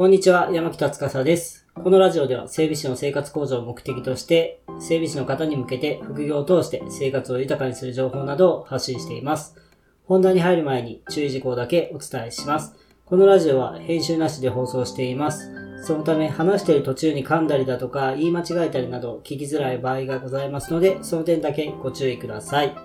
こんにちは、山北司です。このラジオでは整備士の生活向上を目的として、整備士の方に向けて副業を通して生活を豊かにする情報などを発信しています。本題に入る前に注意事項だけお伝えします。このラジオは編集なしで放送しています。そのため話している途中に噛んだりだとか言い間違えたりなど聞きづらい場合がございますので、その点だけご注意ください。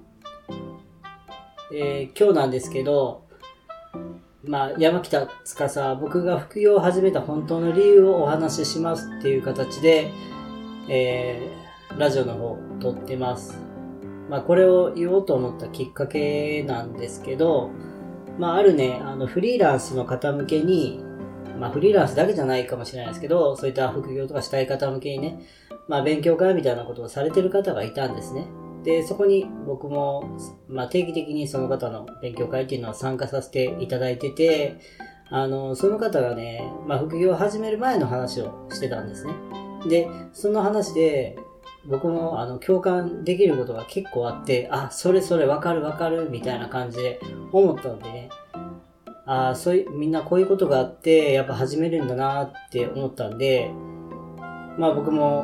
今日なんですけど、山北司、僕が副業を始めた本当の理由をお話ししますっていう形で、ラジオの方撮ってます。これを言おうと思ったきっかけなんですけど、あるね、フリーランスの方向けに、フリーランスだけじゃないかもしれないですけど、そういった副業とかしたい方向けにね、勉強会みたいなことをされてる方がいたんですね。で、そこに僕も、定期的にその方の勉強会っていうのは参加させていただいてて、その方がね、副業を始める前の話をしてたんですね。で、その話で、僕も共感できることが結構あって、それわかるみたいな感じで思ったんでね、みんなこういうことがあって、やっぱ始めるんだなって思ったんで、僕も、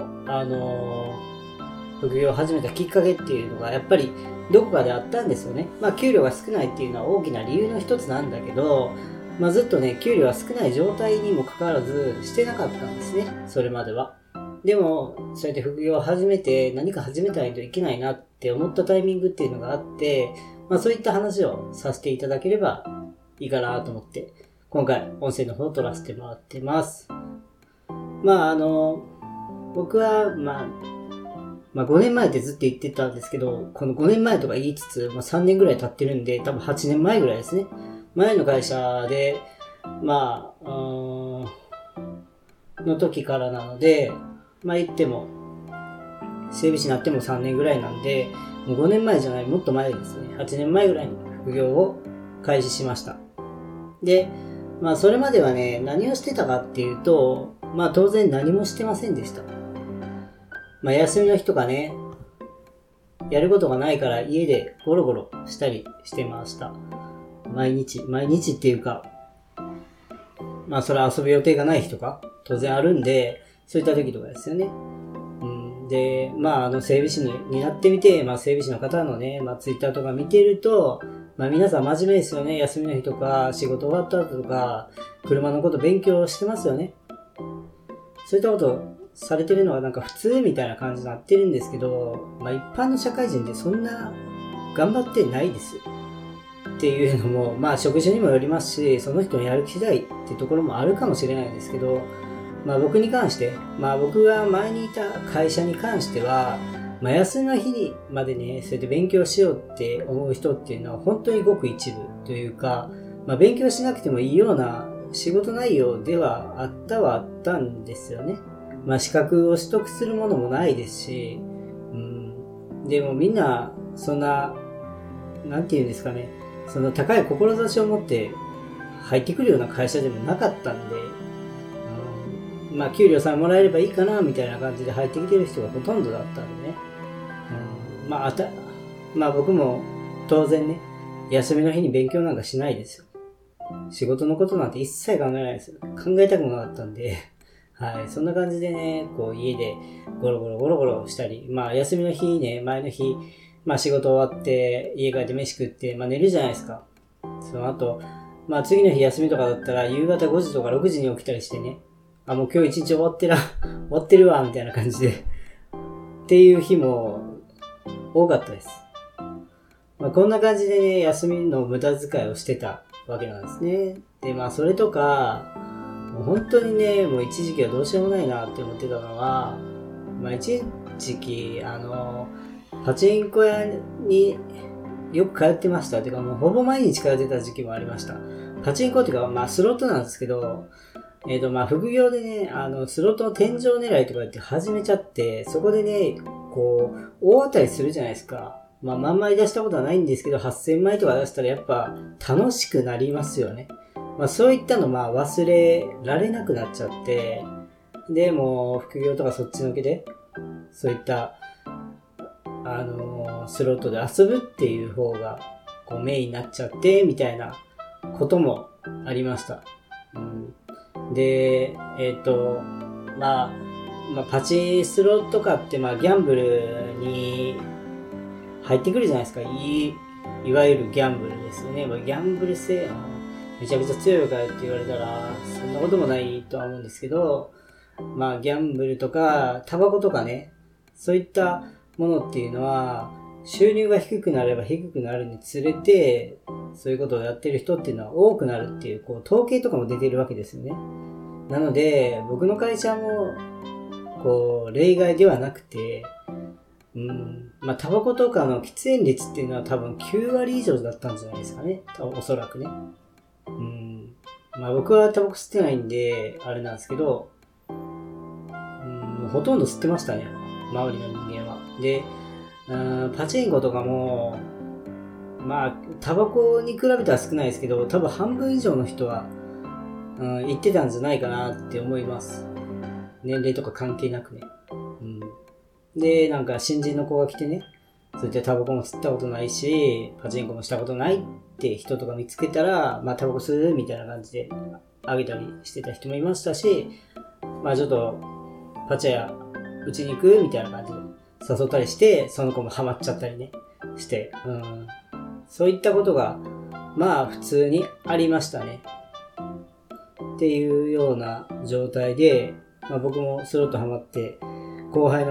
副業を始めたきっかけっていうのがやっぱりどこかであったんですよね。給料が少ないっていうのは大きな理由の一つなんだけど、ずっとね、給料が少ない状態にもかかわらずしてなかったんですね。それまでは。でも、そうやって副業を始めて何か始めないといけないなって思ったタイミングっていうのがあって、そういった話をさせていただければいいかなと思って、今回音声の方を撮らせてもらってます。僕は、5年前ってずっと言ってたんですけど、この5年前とか言いつつ、3年ぐらい経ってるんで、多分8年前ぐらいですね。前の会社で、の時からなので、言っても、整備士になっても3年ぐらいなんで、もう5年前じゃない、もっと前ですね。8年前ぐらいに副業を開始しました。で、それまではね、何をしてたかっていうと、当然何もしてませんでした。休みの日とかね、やることがないから家でゴロゴロしたりしてました。毎日っていうか、それは遊ぶ予定がない日とか、当然あるんで、そういった時とかですよね。で、整備士になってみて、整備士の方のね、ツイッターとか見てると、皆さん真面目ですよね。休みの日とか、仕事終わった後とか、車のこと勉強してますよね。そういったことされてるのはなんか普通みたいな感じになってるんですけど、一般の社会人ってそんな頑張ってないです。っていうのも、職種にもよりますし、その人のやる気次第ってところもあるかもしれないですけど、僕に関して、僕が前にいた会社に関しては、休みの日までね、それで勉強しようって思う人っていうのは本当にごく一部というか、勉強しなくてもいいような仕事内容ではあったんですよね。資格を取得するものもないですし、でもみんな、そんな、なんていうんですかね、その高い志を持って入ってくるような会社でもなかったんで、給料さえもらえればいいかな、みたいな感じで入ってきてる人がほとんどだったんでね。僕も当然ね、休みの日に勉強なんかしないですよ。仕事のことなんて一切考えないですよ。考えたくもなかったんで、はい、そんな感じでね、家でゴロゴロしたり、休みの日ね、前の日、仕事終わって、家帰って飯食って、寝るじゃないですか。その後、次の日休みとかだったら、夕方5時とか6時に起きたりしてね、もう今日一日終わってるわ、みたいな感じで、っていう日も多かったです。こんな感じでね、休みの無駄遣いをしてたわけなんですね。で、それとか、もう本当にね、もう一時期はどうしようもないなって思ってたのは、一時期、パチンコ屋によく通ってました。てかもうほぼ毎日通ってた時期もありました。パチンコっていうか、スロットなんですけど、副業でね、スロットの天井狙いとか言って始めちゃって、そこでね、大当たりするじゃないですか。万枚出したことはないんですけど、8000枚とか出したらやっぱ楽しくなりますよね。そういったの忘れられなくなっちゃって、で、もう副業とかそっちのけで、そういった、スロットで遊ぶっていう方が、メインになっちゃって、みたいなこともありました。 で、パチスロとかって、ギャンブルに入ってくるじゃないですか。いわゆるギャンブルですよね。ギャンブル性、めちゃくちゃ強いかよって言われたら、そんなこともないとは思うんですけど、ギャンブルとか、タバコとかね、そういったものっていうのは、収入が低くなれば低くなるにつれて、そういうことをやってる人っていうのは多くなるっていう、統計とかも出てるわけですよね。なので、僕の会社も、例外ではなくて、タバコとかの喫煙率っていうのは多分9割以上だったんじゃないですかね。おそらくね。僕はタバコ吸ってないんで、あれなんですけど、ほとんど吸ってましたね。周りの人間は。で、パチンコとかも、タバコに比べたら少ないですけど、多分半分以上の人は、行ってたんじゃないかなって思います。年齢とか関係なくね。で、新人の子が来てね、そうやってタバコも吸ったことないし、パチンコもしたことないって人とか見つけたら、タバコ吸うみたいな感じであげたりしてた人もいましたし、ちょっと、パチ屋うちに行くみたいな感じで誘ったりして、その子もハマっちゃったりね、して、そういったことが、普通にありましたね。っていうような状態で、僕もスロットハマって、後輩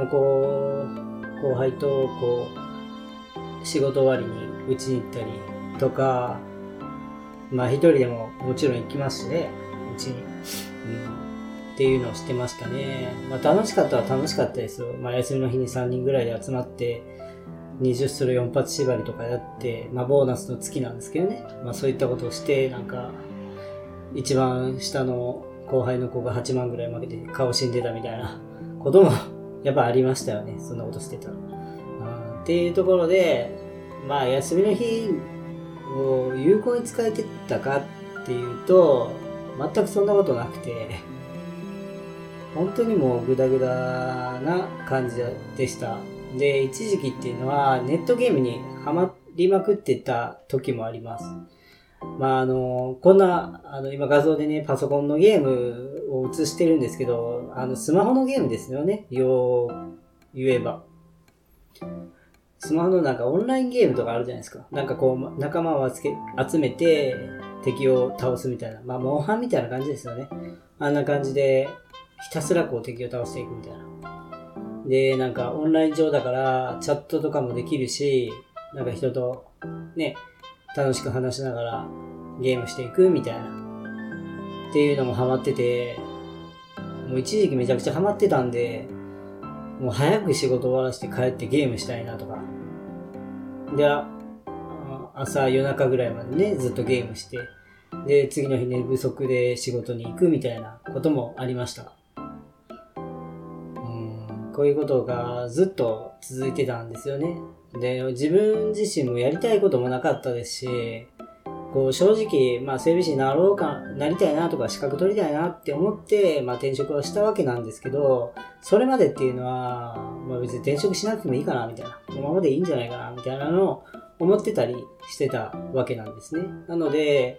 と仕事終わりにうちに行ったりとか、一人でももちろん行きますしね、うちに、っていうのをしてましたね。楽しかったは楽しかったですよ。休みの日に3人ぐらいで集まって、20スロ4発縛りとかやって、ボーナスの月なんですけどね。そういったことをして、一番下の後輩の子が8万ぐらい負けて顔死んでたみたいなこともやっぱありましたよね。そんなことしてたら。っていうところで、休みの日を有効に使えてたかっていうと、全くそんなことなくて、本当にもうグダグダな感じでした。で、一時期っていうのはネットゲームにハマりまくってた時もあります。こんな、今画像でね、パソコンのゲームを映してるんですけど、スマホのゲームですよね。よう言えば。スマホのオンラインゲームとかあるじゃないですか。仲間を集めて敵を倒すみたいな。モンハンみたいな感じですよね。あんな感じで、ひたすら敵を倒していくみたいな。で、オンライン上だから、チャットとかもできるし、人と、ね、楽しく話しながらゲームしていくみたいな。っていうのもハマってて、もう一時期めちゃくちゃハマってたんで、もう早く仕事終わらせて帰ってゲームしたいなとか。で、朝夜中ぐらいまでね、ずっとゲームして、で、次の日寝不足で仕事に行くみたいなこともありました。こういうことがずっと続いてたんですよね。で、自分自身もやりたいこともなかったですし、正直、整備士になりたいなとか資格取りたいなって思って、転職をしたわけなんですけど、それまでっていうのは、別に転職しなくてもいいかな、みたいな。このままでいいんじゃないかな、みたいなのを思ってたりしてたわけなんですね。なので、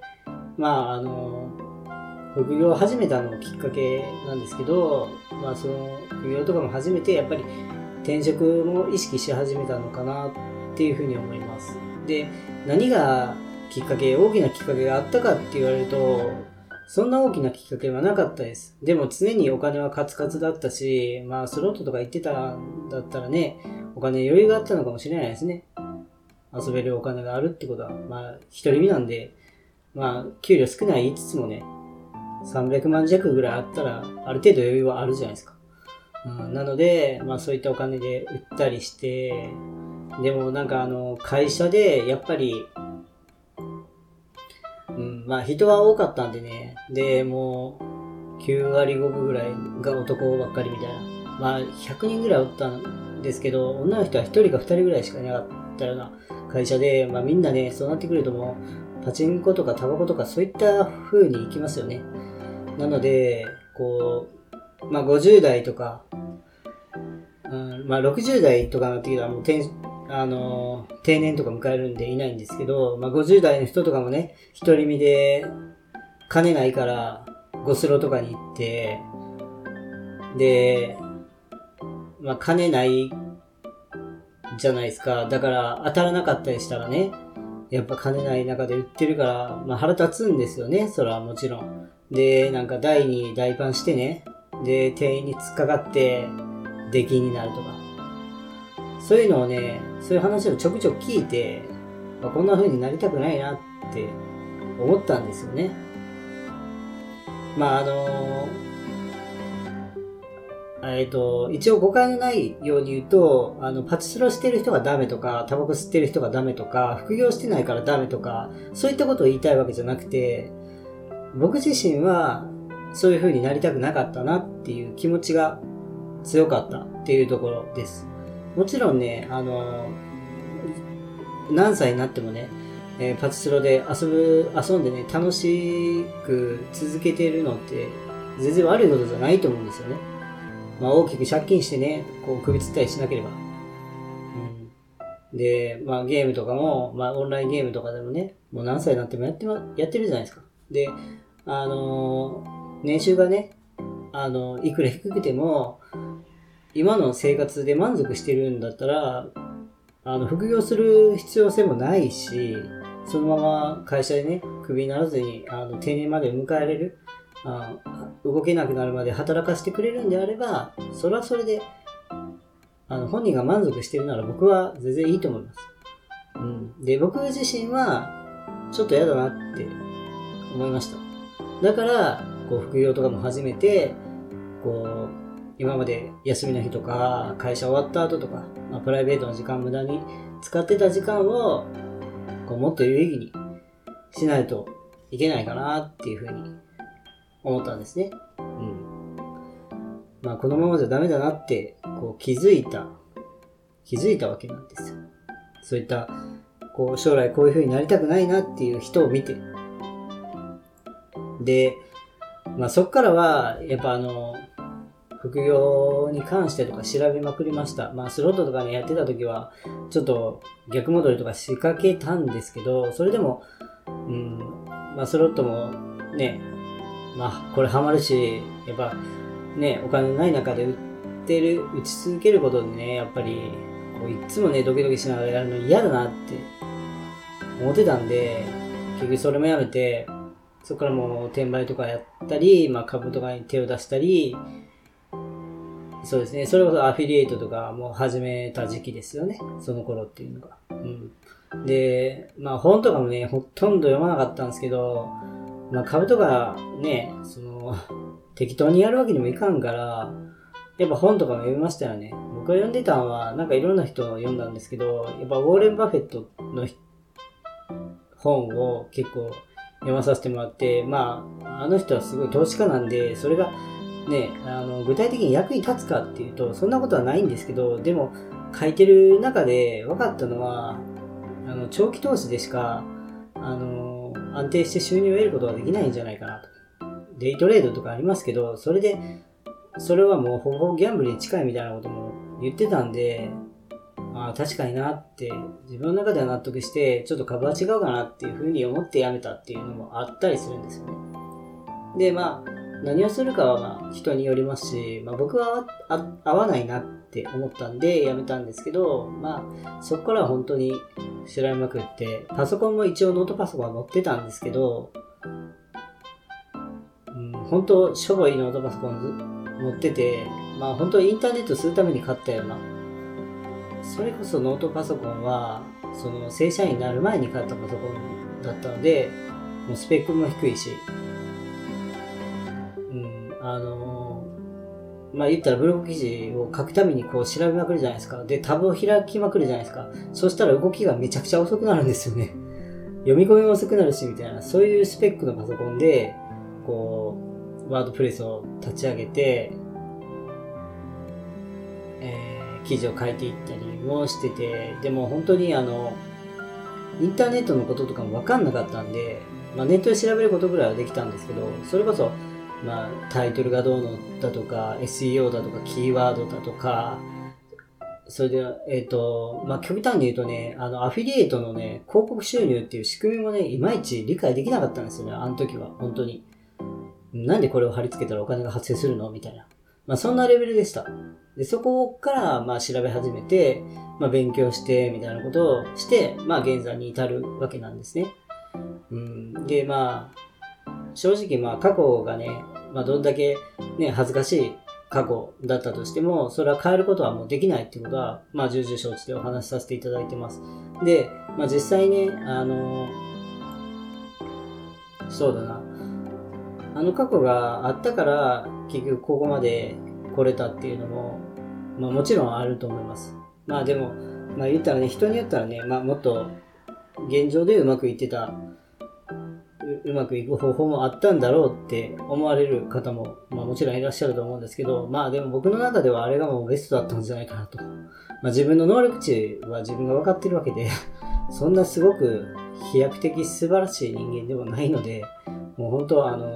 副業を始めたのもきっかけなんですけど、その副業とかも始めて、やっぱり転職も意識し始めたのかなっていうふうに思います。で、何が大きなきっかけがあったかって言われると、そんな大きなきっかけはなかったです。でも常にお金はカツカツだったし、スロットとか行ってたんだったらね、お金余裕があったのかもしれないですね。遊べるお金があるってことは、一人身なんで、給料少ない言いつつもね、300万弱ぐらいあったら、ある程度余裕はあるじゃないですか。なので、そういったお金で売ったりして、でも会社で、やっぱり、人は多かったんでね、で、もう、9割5分ぐらいが男ばっかりみたいな。100人ぐらいおったんですけど、女の人は1人か2人ぐらいしかいなかったような会社で、みんなね、そうなってくるともう、パチンコとかタバコとかそういった風に行きますよね。なので、50代とか、60代とかの時はもう定年とか迎えるんでいないんですけど、50代の人とかもね、独り身で金ないから、 ゴスロとかに行って、で、まあ金ないじゃないですか。だから当たらなかったりしたらね、やっぱ金ない中で売ってるから、まあ腹立つんですよね、それはもちろん。で、なんか台に代パンしてね、で、店員に突っかかって、出禁になるとか。そういうのをね、そういう話をちょくちょく聞いて、まあ、こんな風になりたくないなって思ったんですよね。まあ一応誤解のないように言うと、パチスロしてる人がダメとか、タバコ吸ってる人がダメとか、副業してないからダメとか、そういったことを言いたいわけじゃなくて、僕自身はそういう風になりたくなかったなっていう気持ちが強かったっていうところです。もちろんね、何歳になってもね、パチスロで遊んでね、楽しく続けてるのって全然悪いことじゃないと思うんですよね。まあ大きく借金してね、こう首つったりしなければ。で、まあゲームとかも、まあオンラインゲームとかでもね、もう何歳になってもやってるじゃないですか。で、年収がね、いくら低くても、今の生活で満足してるんだったら、副業する必要性もないし、そのまま会社でね、クビにならずに、定年まで迎えれる、動けなくなるまで働かせてくれるんであれば、それはそれで、本人が満足してるなら僕は全然いいと思います。で、僕自身は、ちょっと嫌だなって思いました。だから、こう、副業とかも始めて、こう、今まで休みの日とか、会社終わった後とか、まあ、プライベートの時間無駄に使ってた時間を、こうもっと有意義にしないといけないかなっていうふうに思ったんですね。まあこのままじゃダメだなって、こう気づいたわけなんですよ。そういった、こう将来こういうふうになりたくないなっていう人を見て。で、まあそっからは、やっぱ副業に関してとか調べまくりました。まあスロットとかねやってた時はちょっと逆戻りとか仕掛けたんですけど、それでもまあスロットもね、まあこれハマるし、やっぱねお金のない中で打ち続けることでね、やっぱりこういつもねドキドキしながらやるの嫌だなって思ってたんで、結局それもやめて、そこからもう転売とかやったり、まあ株とかに手を出したり、そうですね。それこそアフィリエイトとかも始めた時期ですよね。その頃っていうのが。で、まあ本とかもね、ほとんど読まなかったんですけど、まあ株とかね、適当にやるわけにもいかんから、やっぱ本とかも読みましたよね。僕が読んでたのは、なんかいろんな人を読んだんですけど、やっぱウォーレン・バフェットの本を結構読まさせてもらって、まあ、あの人はすごい投資家なんで、それが、ね、具体的に役に立つかっていうと、そんなことはないんですけど、でも、書いてる中で分かったのは、長期投資でしか、安定して収入を得ることができないんじゃないかなと。デイトレードとかありますけど、それはもうほぼギャンブルに近いみたいなことも言ってたんで、ああ、確かになって、自分の中では納得して、ちょっと株は違うかなっていうふうに思ってやめたっていうのもあったりするんですよね。で、まあ、何をするかはまあ人によりますし、まあ僕は合わないなって思ったんでやめたんですけど、まあそこからは本当に調べまくって、パソコンも一応ノートパソコンは持ってたんですけど、本当しょぼいノートパソコン持ってて、まあ本当インターネットするために買ったような、それこそノートパソコンは正社員になる前に買ったパソコンだったので、もうスペックも低いし、まあ言ったらブログ記事を書くためにこう調べまくるじゃないですか。で、タブを開きまくるじゃないですか。そしたら動きがめちゃくちゃ遅くなるんですよね。読み込みも遅くなるし、みたいな、そういうスペックのパソコンで、こう、ワードプレスを立ち上げて、記事を書いていったりもしてて、でも本当にインターネットのこととかも分かんなかったんで、まあネットで調べることぐらいはできたんですけど、それこそ、まあタイトルがどうのだとか、SEO だとか、キーワードだとか、それで、まあ極端に言うとね、アフィリエイトのね、広告収入っていう仕組みもね、いまいち理解できなかったんですよね、あの時は、本当に。 なんでこれを貼り付けたらお金が発生するのみたいな。まあそんなレベルでした。で、そこからまあ調べ始めて、まあ勉強してみたいなことをして、まあ現在に至るわけなんですね。で、まあ、正直まあ過去がね、まあどんだけね、恥ずかしい過去だったとしても、それは変えることはもうできないっていうことは、まあ重々承知でお話しさせていただいてます。で、まあ実際ね、そうだな。過去があったから、結局ここまで来れたっていうのも、まあもちろんあると思います。まあでも、まあ言ったらね、人によったらね、まあもっと現状でうまくいってた、うまくいく方法もあったんだろうって思われる方も、まあもちろんいらっしゃると思うんですけど、まあでも僕の中ではあれがもうベストだったんじゃないかなと。まあ自分の能力値は自分が分かってるわけで、そんなすごく飛躍的素晴らしい人間でもないので、もう本当は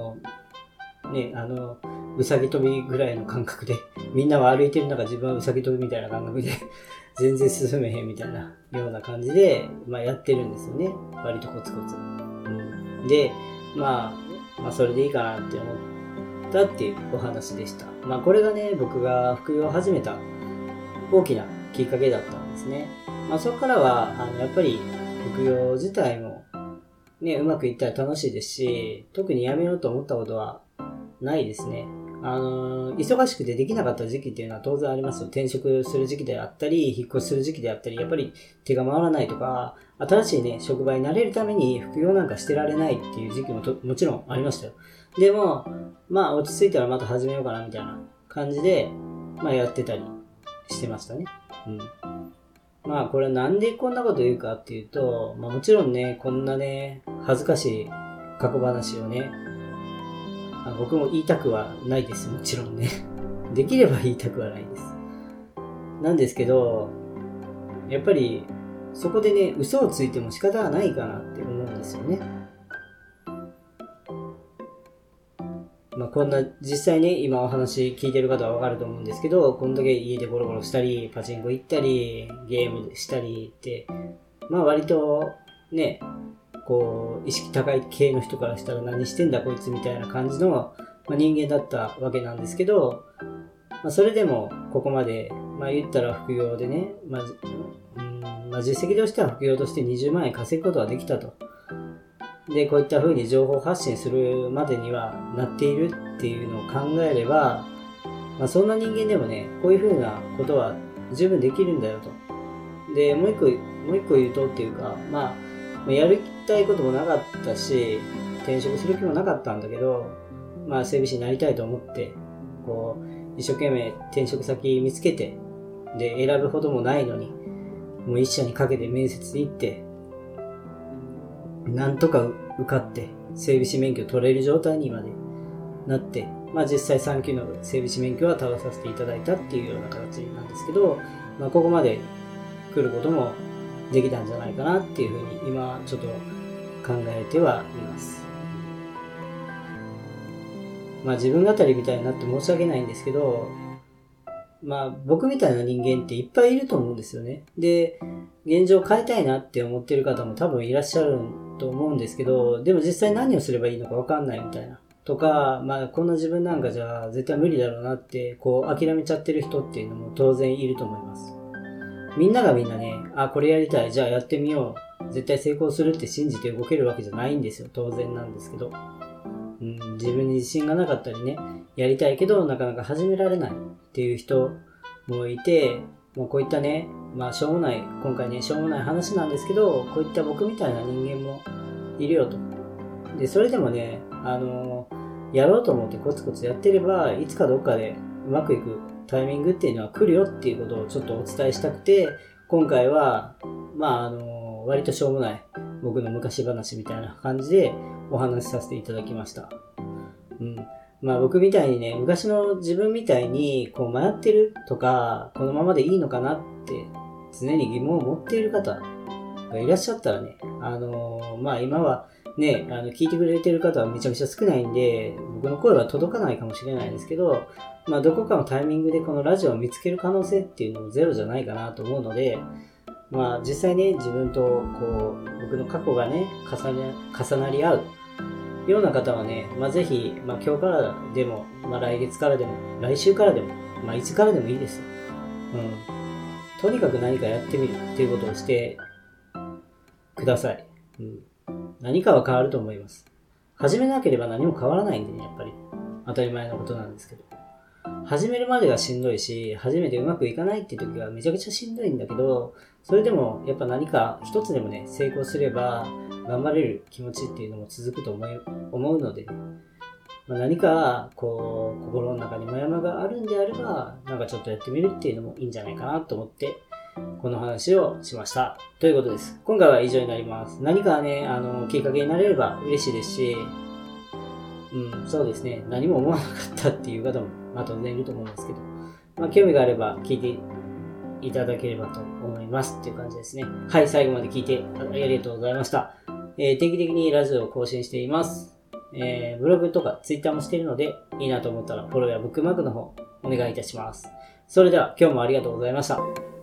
うさぎ跳びぐらいの感覚で、みんなは歩いてる中自分はうさぎ跳びみたいな感覚で、全然進めへんみたいなような感じで、まあやってるんですよね。割とコツコツ。で、まあそれでいいかなって思ったっていうお話でした。まあこれがね、僕が副業を始めた大きなきっかけだったんですね。まあそこからは、やっぱり副業自体もね、うまくいったら楽しいですし、特にやめようと思ったことはないですね。忙しくてできなかった時期っていうのは当然ありますよ。転職する時期であったり、引っ越しする時期であったり、やっぱり手が回らないとか、新しいね、職場に慣れるために副業なんかしてられないっていう時期ももちろんありましたよ。でも、まあ落ち着いたらまた始めようかなみたいな感じで、まあやってたりしてましたね。まあこれなんでこんなこと言うかっていうと、まあもちろんね、こんなね、恥ずかしい過去話をね、僕も言いたくはないです。もちろんね。できれば言いたくはないです。なんですけど、やっぱりそこでね、嘘をついても仕方がないかなって思うんですよね。まあこんな、実際ね、今お話聞いてる方はわかると思うんですけど、こんだけ家でゴロゴロしたり、パチンコ行ったり、ゲームしたりって、まあ割とね、こう、意識高い系の人からしたら何してんだこいつみたいな感じの、まあ、人間だったわけなんですけど、まあ、それでもここまで、まあ言ったら副業でね、まあ実績としては副業として20万円稼ぐことができたと。で、こういった風に情報発信するまでにはなっているっていうのを考えれば、まあそんな人間でもね、こういう風なことは十分できるんだよと。で、もう一個言うとっていうか、まあ、やりたいこともなかったし、転職する気もなかったんだけど、まあ整備士になりたいと思って、こう、一生懸命転職先見つけて、で、選ぶほどもないのに、もう一社にかけて面接に行って、なんとか受かって、整備士免許取れる状態にまでなって、まあ実際3級の整備士免許は取らさせていただいたっていうような形なんですけど、まあここまで来ることもできたんじゃないかなっていうふうに今ちょっと考えてはいます。まあ自分語りみたいになって申し訳ないんですけど、まあ僕みたいな人間っていっぱいいると思うんですよね。で、現状を変えたいなって思ってる方も多分いらっしゃると思うんですけど、でも実際何をすればいいのかわかんないみたいな。とか、まあこんな自分なんかじゃ絶対無理だろうなってこう諦めちゃってる人っていうのも当然いると思います。みんながみんなね、あ、これやりたい、じゃあやってみよう。絶対成功するって信じて動けるわけじゃないんですよ。当然なんですけど。自分に自信がなかったりね、やりたいけどなかなか始められないっていう人もいて、もうこういったね、まあしょうもない、今回ね、しょうもない話なんですけど、こういった僕みたいな人間もいるよと。で、それでもね、やろうと思ってコツコツやってれば、いつかどっかでうまくいくタイミングっていうのは来るよっていうことをちょっとお伝えしたくて、今回は、まあ割としょうもない僕の昔話みたいな感じでお話しさせていただきました。まあ僕みたいにね、昔の自分みたいにこう迷ってるとか、このままでいいのかなって常に疑問を持っている方がいらっしゃったらね、まあ今はね、聞いてくれてる方はめちゃめちゃ少ないんで、僕の声は届かないかもしれないですけど、まあどこかのタイミングでこのラジオを見つける可能性っていうのもゼロじゃないかなと思うので、まあ実際ね、自分とこう、僕の過去がね、重なり合うような方はね、ぜひ、今日からでも、来月からでも、来週からでも、いつからでもいいですよ。とにかく何かやってみるっていうことをしてください。何かは変わると思います。始めなければ何も変わらないんでね、やっぱり。当たり前のことなんですけど。始めるまでがしんどいし、初めてうまくいかないっていう時がめちゃくちゃしんどいんだけど、それでもやっぱ何か一つでもね、成功すれば頑張れる気持ちっていうのも続くと思うのでね。何か心の中にモヤモヤがあるんであれば、なんかちょっとやってみるっていうのもいいんじゃないかなと思って、この話をしました。ということです。今回は以上になります。何かね、きっかけになれれば嬉しいですし、そうですね。何も思わなかったっていう方も、当然いると思うんですけど、興味があれば聞いていただければと思いますっていう感じですね。はい、最後まで聞いてありがとうございました。定期的にラジオを更新しています。ブログとかツイッターもしているので、いいなと思ったらフォローやブックマークの方お願いいたします。それでは今日もありがとうございました。